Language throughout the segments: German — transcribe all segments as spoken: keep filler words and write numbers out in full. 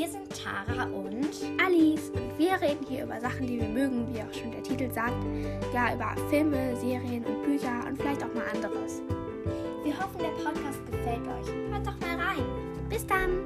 Wir sind Tara und Alice und wir reden hier über Sachen, die wir mögen, wie auch schon der Titel sagt. Ja, über Filme, Serien und Bücher und vielleicht auch mal anderes. Wir hoffen, der Podcast gefällt euch. Hört doch mal rein. Bis dann!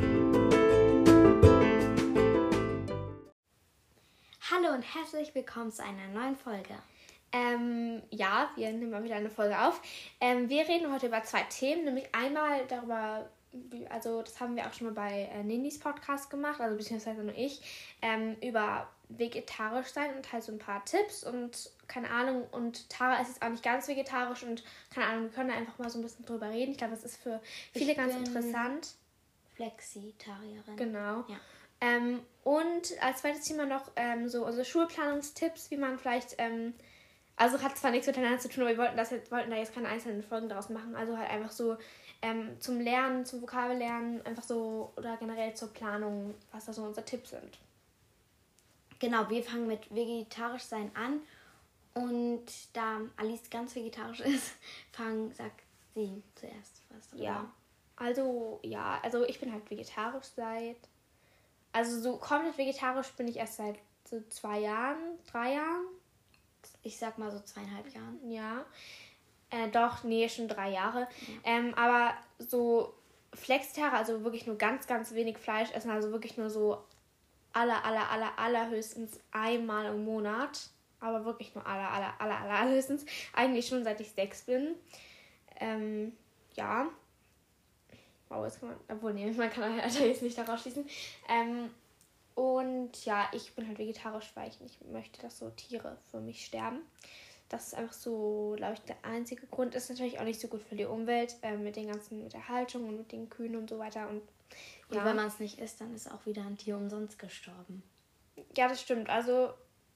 Hallo und herzlich willkommen zu einer neuen Folge. Ähm, ja, wir nehmen mal wieder eine Folge auf. Ähm, wir reden heute über zwei Themen, nämlich einmal darüber, wie, also das haben wir auch schon mal bei äh, Ninis Podcast gemacht, also beziehungsweise nur ich, ähm, über vegetarisch sein und halt so ein paar Tipps und keine Ahnung, und Tara ist jetzt auch nicht ganz vegetarisch und keine Ahnung, wir können da einfach mal so ein bisschen drüber reden. Ich glaube, das ist für viele Ich ganz bin interessant. Flexitarierin. Genau. Ja. Ähm, und als zweites Thema noch ähm, so unsere Schulplanungstipps, wie man vielleicht, ähm, also hat zwar nichts miteinander zu tun, aber wir wollten, das jetzt, wollten da jetzt keine einzelnen Folgen daraus machen, also halt einfach so ähm, zum Lernen, zum Vokabellernen, einfach so, oder generell zur Planung, was da so unsere Tipps sind. Genau, wir fangen mit vegetarisch sein an und da Alice ganz vegetarisch ist, fang, sagt sie zuerst was. Oder? Ja, also, ja, also ich bin halt vegetarisch seit, also so komplett vegetarisch bin ich erst seit so zwei Jahren, drei Jahren. Ich sag mal so zweieinhalb Jahren. Ja, äh, doch, nee, schon drei Jahre. Ja. Ähm, aber so Flexitarier, also wirklich nur ganz, ganz wenig Fleisch essen, also wirklich nur so aller, aller, aller, allerhöchstens einmal im Monat. Aber wirklich nur aller, aller, aller, aller, allerhöchstens. Eigentlich schon seit ich sechs bin. Ähm, ja. Wow, jetzt kann man, obwohl, nee, man kann halt jetzt nicht daraus schließen. Ähm, und ja, ich bin halt vegetarisch, weil ich nicht möchte, dass so Tiere für mich sterben. Das ist einfach so, glaube ich, der einzige Grund. Ist natürlich auch nicht so gut für die Umwelt, äh, mit den ganzen, mit der Haltung und mit den Kühen und so weiter. Und, ja. Und wenn man es nicht isst, dann ist auch wieder ein Tier umsonst gestorben. Ja, das stimmt. Also,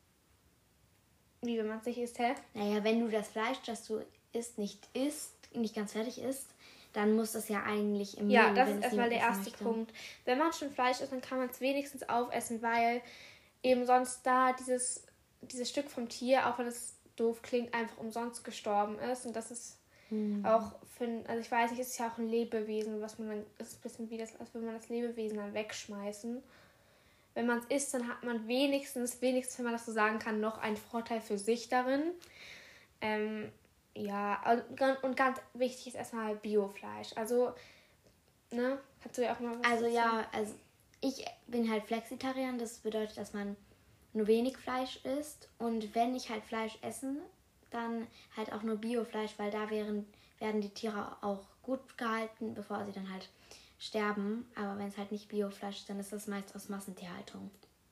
wie wenn man es nicht isst, hä? Naja, wenn du das Fleisch, das du isst, nicht isst, nicht ganz fertig isst, dann muss das ja eigentlich im Ja, Müll, das ist erstmal der erste möchte. Punkt. Wenn man schon Fleisch isst, dann kann man es wenigstens aufessen, weil eben sonst da dieses, dieses Stück vom Tier, auch wenn es doof klingt, einfach umsonst gestorben ist. Und das ist hm. auch, für, also ich weiß nicht, es ist ja auch ein Lebewesen, was man dann, ist ein bisschen wie das, als würde man das Lebewesen dann wegschmeißen. Wenn man es isst, dann hat man wenigstens, wenigstens, wenn man das so sagen kann, noch einen Vorteil für sich darin. Ähm, ja, und ganz wichtig ist erstmal Biofleisch. Also, ne, kannst du ja auch mal was Also sagen? ja, also ich bin halt Flexitarier, das bedeutet, dass man nur wenig Fleisch isst. Und wenn ich halt Fleisch esse, dann halt auch nur Biofleisch, weil da wären, werden die Tiere auch gut gehalten, bevor sie dann halt sterben. Aber wenn es halt nicht Biofleisch ist, dann ist das meist aus Massentierhaltung.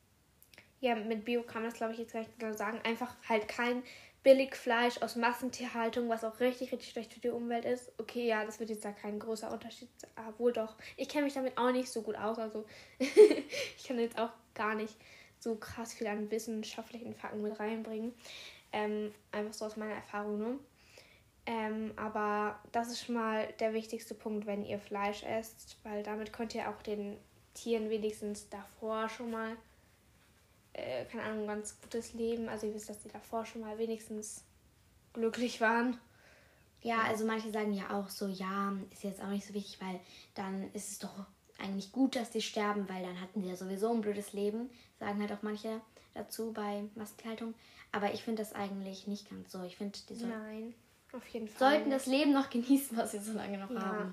Ja, mit Bio kann man das, glaube ich, jetzt gleich genau sagen. Einfach halt kein Billigfleisch aus Massentierhaltung, was auch richtig, richtig schlecht für die Umwelt ist. Okay, ja, das wird jetzt da kein großer Unterschied. Ah, wohl doch. Ich kenne mich damit auch nicht so gut aus. Also ich kann jetzt auch gar nicht so krass viel an wissenschaftlichen Fakten mit reinbringen. Ähm, einfach so aus meiner Erfahrung, ne? Ähm, aber das ist schon mal der wichtigste Punkt, wenn ihr Fleisch esst, weil damit könnt ihr auch den Tieren wenigstens davor schon mal, äh, keine Ahnung, ein ganz gutes Leben. Also ihr wisst, dass die davor schon mal wenigstens glücklich waren. Ja, also manche sagen ja auch so, ja, ist jetzt auch nicht so wichtig, weil dann ist es doch eigentlich gut, dass die sterben, weil dann hatten die ja sowieso ein blödes Leben, sagen halt auch manche dazu bei Massentierhaltung. Aber ich finde das eigentlich nicht ganz so. Ich finde, die so Nein, auf jeden Fall sollten das Leben noch genießen, was sie so lange noch ja, haben.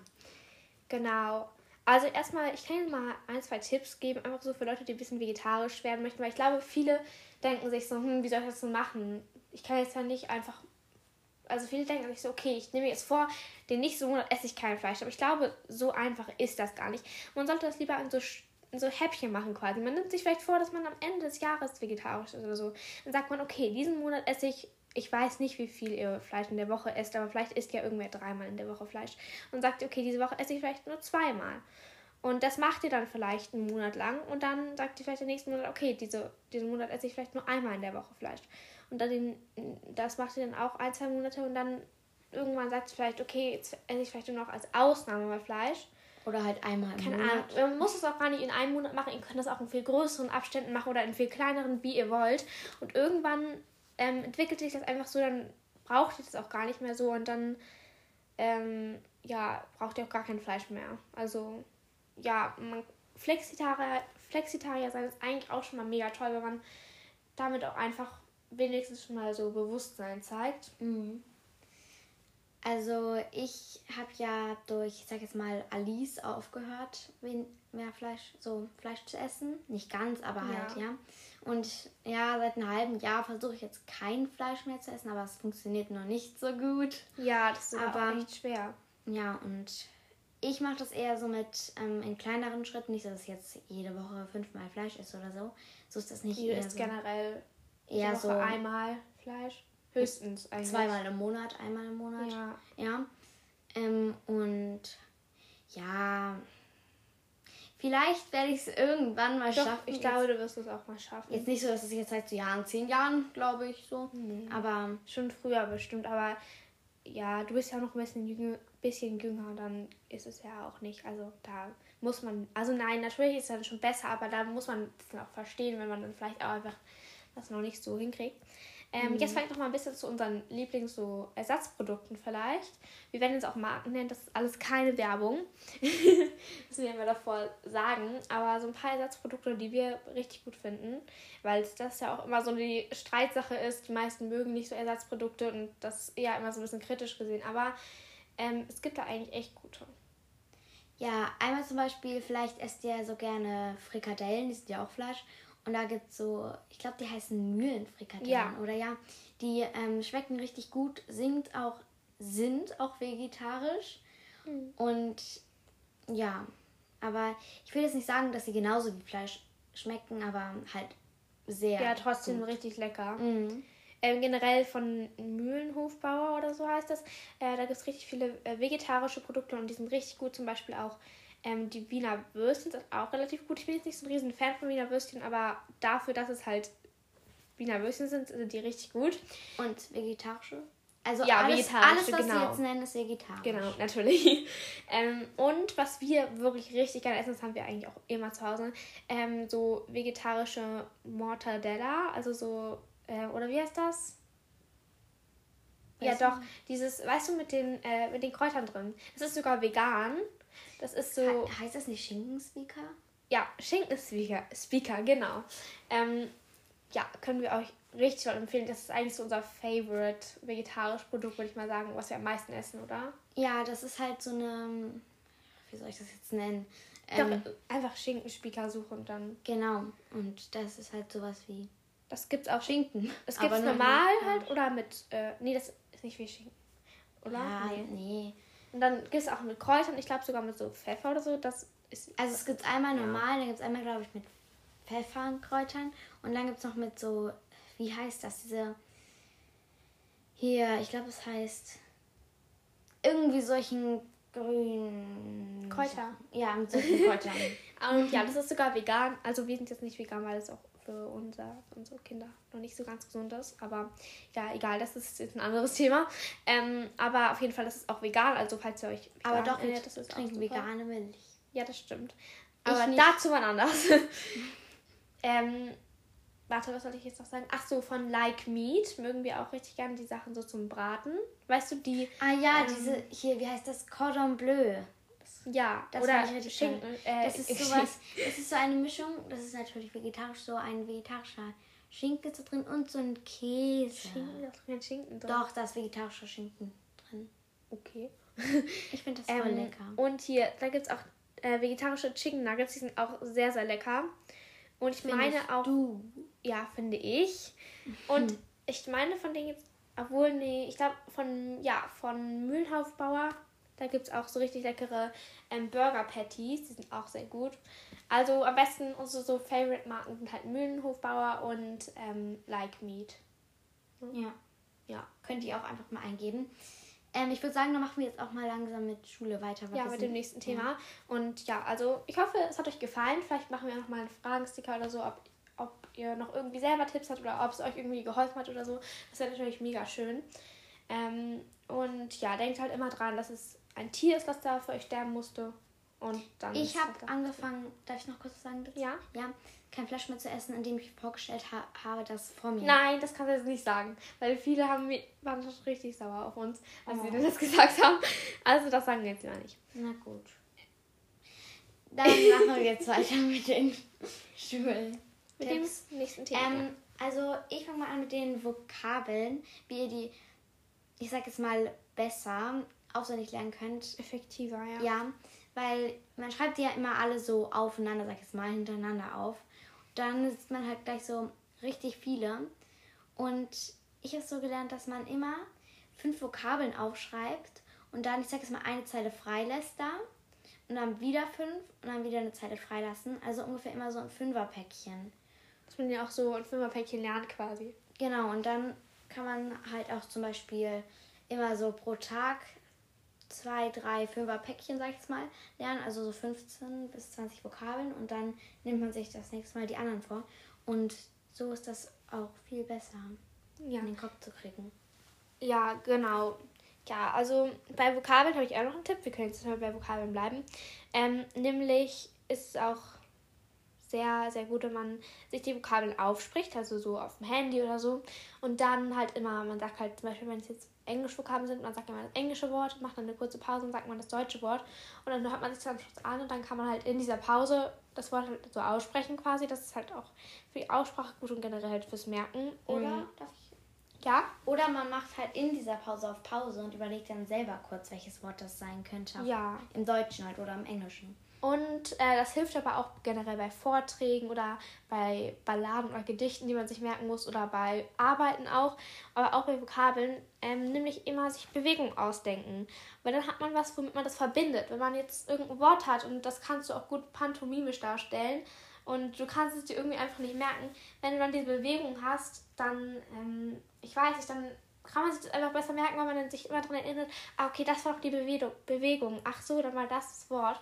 Genau. Also erstmal, ich kann Ihnen mal ein, zwei Tipps geben, einfach so für Leute, die ein bisschen vegetarisch werden möchten, weil ich glaube, viele denken sich so, hm, wie soll ich das so machen? Ich kann jetzt ja nicht einfach, also viele denken sich so, okay, ich nehme jetzt vor, den nächsten Monat esse ich kein Fleisch, aber ich glaube, so einfach ist das gar nicht. Man sollte das lieber in so, in so Häppchen machen quasi. Man nimmt sich vielleicht vor, dass man am Ende des Jahres vegetarisch ist oder so. Dann sagt man, okay, diesen Monat esse ich, ich weiß nicht, wie viel ihr Fleisch in der Woche esst, aber vielleicht isst ja irgendwer dreimal in der Woche Fleisch. Und sagt, okay, diese Woche esse ich vielleicht nur zweimal. Und das macht ihr dann vielleicht einen Monat lang und dann sagt ihr vielleicht den nächsten Monat, okay, diese, diesen Monat esse ich vielleicht nur einmal in der Woche Fleisch. Und dann den, das macht ihr dann auch ein, zwei Monate und dann irgendwann sagt ihr vielleicht, okay, jetzt esse ich vielleicht nur noch als Ausnahme mal Fleisch. Oder halt einmal im Keine Monat. Ahnung. Man muss es auch gar nicht in einem Monat machen. Ihr könnt das auch in viel größeren Abständen machen oder in viel kleineren, wie ihr wollt. Und irgendwann ähm, entwickelt sich das einfach so, dann braucht ihr das auch gar nicht mehr so und dann ähm, ja, braucht ihr auch gar kein Fleisch mehr. Also ja, man Flexitarier, Flexitarier sein ist eigentlich auch schon mal mega toll, wenn man damit auch einfach wenigstens schon mal so Bewusstsein zeigt. Mhm. Also ich habe ja durch, ich sag jetzt mal, Alice aufgehört, mehr Fleisch, so Fleisch zu essen. Nicht ganz, aber halt, ja. ja. Und ja, seit einem halben Jahr versuche ich jetzt kein Fleisch mehr zu essen, aber es funktioniert noch nicht so gut. Ja, das ist aber echt schwer. Ja, und ich mache das eher so mit ähm, in kleineren Schritten. Nicht, dass ich jetzt jede Woche fünfmal Fleisch esse oder so. So ist das nicht. Ihr isst so generell eher so einmal Fleisch. Höchstens eigentlich. Zweimal im Monat, einmal im Monat. Ja. Ja. Ähm, und ja, vielleicht werde ich es irgendwann mal Doch, schaffen. Ich glaube, du wirst es auch mal schaffen. Jetzt nicht so, dass es jetzt seit so Jahren, zehn Jahren, glaube ich, so. Nee. Aber schon früher bestimmt. Aber ja, du bist ja noch ein bisschen jünger, bisschen jünger, dann ist es ja auch nicht. Also da muss man, also nein, natürlich ist es dann schon besser, aber da muss man das dann auch verstehen, wenn man dann vielleicht auch einfach das noch nicht so hinkriegt. Ähm, mhm. Jetzt vielleicht noch mal ein bisschen zu unseren Lieblings-Ersatzprodukten vielleicht. Wir werden jetzt auch Marken nennen, das ist alles keine Werbung. Das werden wir davor sagen. Aber so ein paar Ersatzprodukte, die wir richtig gut finden, weil das ja auch immer so die Streitsache ist. Die meisten mögen nicht so Ersatzprodukte und das ist eher immer so ein bisschen kritisch gesehen. Aber ähm, es gibt da eigentlich echt gute. Ja, einmal zum Beispiel, vielleicht esst ihr so gerne Frikadellen, die sind ja auch Fleisch. Und da gibt es so, ich glaube, die heißen Mühlenfrikadellen, ja. oder ja. Die ähm, schmecken richtig gut, sind auch, sind auch vegetarisch. Mhm. Und ja, aber ich will jetzt nicht sagen, dass sie genauso wie Fleisch schmecken, aber halt sehr Ja, trotzdem gut. Richtig lecker. Mhm. Ähm, generell von Mühlenhofbauer oder so heißt das. Äh, da gibt es richtig viele äh, vegetarische Produkte und die sind richtig gut. Zum Beispiel auch ähm, die Wiener Würstchen sind auch relativ gut. Ich bin jetzt nicht so ein riesen Fan von Wiener Würstchen, aber dafür, dass es halt Wiener Würstchen sind, sind die richtig gut. Und vegetarische? Also ja, alles, vegetarische, alles, was genau. wir jetzt nennen, ist vegetarisch. Genau, natürlich. ähm, und was wir wirklich richtig gerne essen, das haben wir eigentlich auch immer zu Hause, ähm, so vegetarische Mortadella, also so Äh, oder wie heißt das? Weiß ja, doch. Nicht. Dieses, weißt du, mit den, äh, mit den Kräutern drin. Das ist sogar vegan. Das ist so... He- heißt das nicht Schinkenspeaker? Ja, Schinkenspeaker, Speaker, genau. Ähm, ja, können wir euch richtig toll empfehlen. Das ist eigentlich so unser Favorite vegetarisches Produkt, würde ich mal sagen, was wir am meisten essen, oder? Ja, das ist halt so eine... Wie soll ich das jetzt nennen? Doch, ähm, einfach Schinkenspeaker suchen und dann... Genau. Und das ist halt sowas wie... Das gibt's auch Schinken. Das gibt's aber normal halt oder mit, äh, nee, das ist nicht wie Schinken, oder? Ja, nee. nee. Und dann gibt's auch mit Kräutern, ich glaube sogar mit so Pfeffer oder so, das ist... Also es gibt einmal normal, ja. Dann gibt es einmal, glaube ich, mit Pfeffer und Kräutern und dann gibt es noch mit so, wie heißt das, diese, hier, ich glaube es heißt, irgendwie solchen grünen... Kräuter. Ja, mit solchen Kräutern. Und ja, das ist sogar vegan, also wir sind jetzt nicht vegan, weil es auch für unser, für unsere Kinder noch nicht so ganz gesund ist. Aber ja, egal, das ist jetzt ein anderes Thema. Ähm, aber auf jeden Fall, das ist auch vegan. Also falls ihr euch vegan aber doch, ernährt, das ist trinken vegane Milch. Ja, das stimmt. Aber dazu mal anders. ähm, warte, was soll ich jetzt noch sagen? Ach so, von Like Meat mögen wir auch richtig gerne die Sachen so zum Braten. Weißt du, die... Ah ja, ähm, diese, hier, wie heißt das? Cordon Bleu. Ja, das oder Schinken. Äh, das ist sowas, das ist so eine Mischung, das ist natürlich vegetarisch, so ein vegetarischer Schinken ist da drin und so ein Käse. Schinken, da ist kein Schinken drin. Doch, da ist vegetarischer Schinken drin. Okay. Ich finde das voll ähm, lecker. Und hier, da gibt es auch äh, vegetarische Chicken Nuggets, die sind auch sehr, sehr lecker. Und ich Findest meine auch... du? Ja, finde ich. Und hm. ich meine von denen jetzt, obwohl, nee, ich glaube von, ja, von Mühlenhofbauer... Da gibt es auch so richtig leckere ähm, Burger-Patties. Die sind auch sehr gut. Also am besten unsere so Favorite-Marken sind halt Mühlenhofbauer und ähm, Like Meat. Hm? Ja. Ja, könnt ihr auch einfach mal eingeben. Ähm, ich würde sagen, dann machen wir jetzt auch mal langsam mit Schule weiter. Ja, mit dem nächsten Thema. Ja. Und ja, also ich hoffe, es hat euch gefallen. Vielleicht machen wir noch mal einen Fragensticker oder so, ob, ob ihr noch irgendwie selber Tipps habt oder ob es euch irgendwie geholfen hat oder so. Das wäre natürlich mega schön. Ähm, und ja, denkt halt immer dran, dass es ein Tier ist, das da für euch sterben musste. Und dann ich habe halt angefangen, darf ich noch kurz sagen? Dazu? Ja? Ja, kein Fleisch mehr zu essen, indem ich vorgestellt ha- habe, das vor mir. Nein, das kannst du jetzt nicht sagen. Weil viele haben, waren schon richtig sauer auf uns, als oh. sie das gesagt haben. Also das sagen wir jetzt mal nicht. Na gut. Dann machen wir jetzt weiter mit den Schul. Mit dem nächsten Thema. Ähm, also ich fange mal an mit den Vokabeln, wie ihr die, ich sag jetzt mal, besser auswendig lernen könnt. Effektiver, ja. Ja, weil man schreibt die ja immer alle so aufeinander, sag ich jetzt mal, hintereinander auf. Dann sieht man halt gleich so richtig viele. Und ich habe so gelernt, dass man immer fünf Vokabeln aufschreibt und dann, ich sag jetzt mal, eine Zeile freilässt da. Und dann wieder fünf und dann wieder eine Zeile freilassen. Also ungefähr immer so ein Fünferpäckchen. Dass man ja auch so ein Fünferpäckchen lernt quasi. Genau, und dann kann man halt auch zum Beispiel immer so pro Tag zwei, drei Fünferpäckchen, sag ich jetzt mal, lernen. Also so fünfzehn bis zwanzig Vokabeln. Und dann nimmt man sich das nächste Mal die anderen vor. Und so ist das auch viel besser, ja. in den Kopf zu kriegen. Ja, genau. Ja, also bei Vokabeln habe ich auch noch einen Tipp. Wir können jetzt mal bei Vokabeln bleiben. Ähm, nämlich ist es auch sehr, sehr gut, wenn man sich die Vokabeln aufspricht, also so auf dem Handy oder so. Und dann halt immer, man sagt halt zum Beispiel, wenn es jetzt Englisch-Vokabeln sind, man sagt immer das englische Wort, macht dann eine kurze Pause und sagt man das deutsche Wort. Und dann hört man sich das an und dann kann man halt in dieser Pause das Wort halt so aussprechen quasi. Das ist halt auch für die Aussprache gut und generell halt fürs Merken. Oder, und, darf ich? Ja? Oder man macht halt in dieser Pause auf Pause und überlegt dann selber kurz, welches Wort das sein könnte. Ja. Im Deutschen halt oder im Englischen. Und äh, das hilft aber auch generell bei Vorträgen oder bei Balladen oder Gedichten, die man sich merken muss, oder bei Arbeiten auch, aber auch bei Vokabeln, ähm, nämlich immer sich Bewegung ausdenken. Weil dann hat man was, womit man das verbindet. Wenn man jetzt irgendein Wort hat und das kannst du auch gut pantomimisch darstellen und du kannst es dir irgendwie einfach nicht merken, wenn du dann diese Bewegung hast, dann, ähm, ich weiß nicht, dann kann man sich das einfach besser merken, weil man dann sich immer daran erinnert, ah, okay, das war doch die Bewegung, Bewegung. Ach so, dann war das das Wort.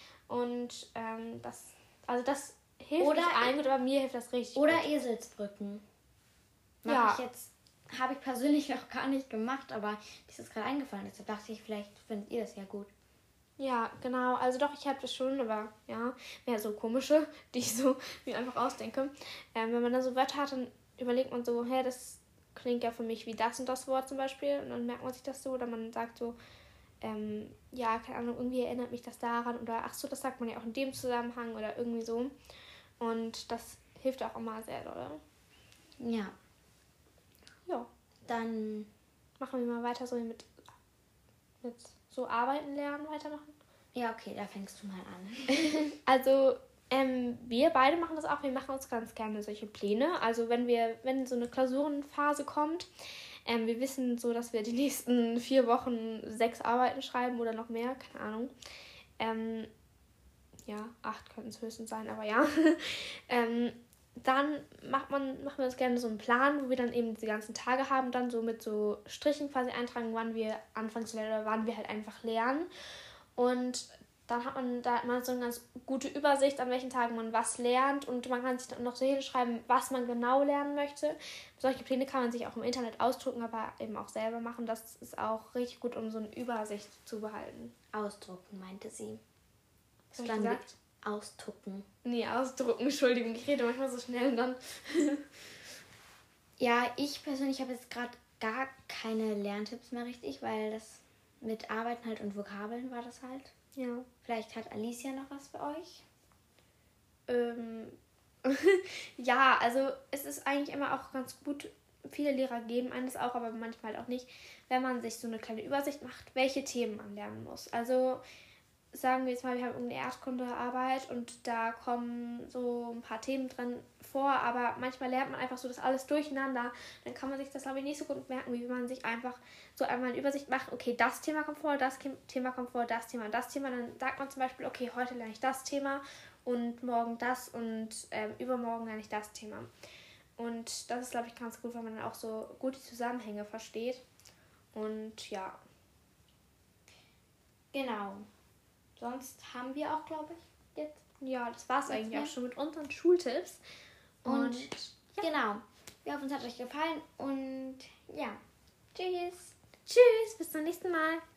Und ähm, das, also das hilft Oder nicht allen gut, aber mir hilft das richtig Oder gut. Eselsbrücken. Mach Ja. ich jetzt, habe ich persönlich noch gar nicht gemacht, aber mir ist das gerade eingefallen. Deshalb dachte ich, vielleicht findet ihr das ja gut. Ja, genau. Also doch, ich habe das schon, aber ja, mehr so komische, die ich so mir einfach ausdenke. Ähm, wenn man dann so Wörter hat, dann überlegt man so, hä, das klingt ja für mich wie das und das Wort zum Beispiel. Und dann merkt man sich das so, oder man sagt so, Ähm, ja, keine Ahnung, irgendwie erinnert mich das daran oder ach so, das sagt man ja auch in dem Zusammenhang oder irgendwie so. Und das hilft auch immer sehr doll. Ja. Ja. Dann Machen wir mal weiter so mit, mit so Arbeiten lernen weitermachen. Ja, okay, da fängst du mal an. Also, ähm, wir beide machen das auch, wir machen uns ganz gerne solche Pläne. Also wenn wir, wenn so eine Klausurenphase kommt, Ähm, wir wissen so, dass wir die nächsten vier Wochen sechs Arbeiten schreiben oder noch mehr, keine Ahnung. Ähm, ja, acht könnten es höchstens sein, aber ja. ähm, dann macht man, machen wir uns gerne so einen Plan, wo wir dann eben die ganzen Tage haben, dann so mit so Strichen quasi eintragen, wann wir anfangen zu lernen oder wann wir halt einfach lernen. Und dann hat man da immer so eine ganz gute Übersicht, an welchen Tagen man was lernt und man kann sich dann noch so hinschreiben, was man genau lernen möchte. Solche Pläne kann man sich auch im Internet ausdrucken, aber eben auch selber machen. Das ist auch richtig gut, um so eine Übersicht zu behalten. Ausdrucken, meinte sie. Was hab ich gesagt? Ausdrucken. Nee, ausdrucken, Entschuldigung, ich rede manchmal so schnell und dann... Ja, ich persönlich habe jetzt gerade gar keine Lerntipps mehr richtig, weil das mit Arbeiten halt und Vokabeln war das halt. Ja. Vielleicht hat Alicia noch was für euch? Ähm, ja, also es ist eigentlich immer auch ganz gut, viele Lehrer geben einem das auch, aber manchmal auch nicht, wenn man sich so eine kleine Übersicht macht, welche Themen man lernen muss. Also sagen wir jetzt mal, wir haben irgendeine Erdkundearbeit und da kommen so ein paar Themen drin vor, aber manchmal lernt man einfach so das alles durcheinander. Dann kann man sich das, glaube ich, nicht so gut merken, wie wenn man sich einfach so einmal eine Übersicht macht, okay, das Thema kommt vor, das Thema kommt vor, das Thema, das Thema. Dann sagt man zum Beispiel, okay, heute lerne ich das Thema und morgen das und ähm, übermorgen lerne ich das Thema. Und das ist, glaube ich, ganz gut, weil man dann auch so gut die Zusammenhänge versteht. Und ja. Genau. Sonst haben wir auch, glaube ich, jetzt. Ja, das war es eigentlich mehr? auch schon mit unseren Schultipps. Und, Und ja. Genau. Wir hoffen, es hat euch gefallen und ja. Tschüss. Tschüss, bis zum nächsten Mal.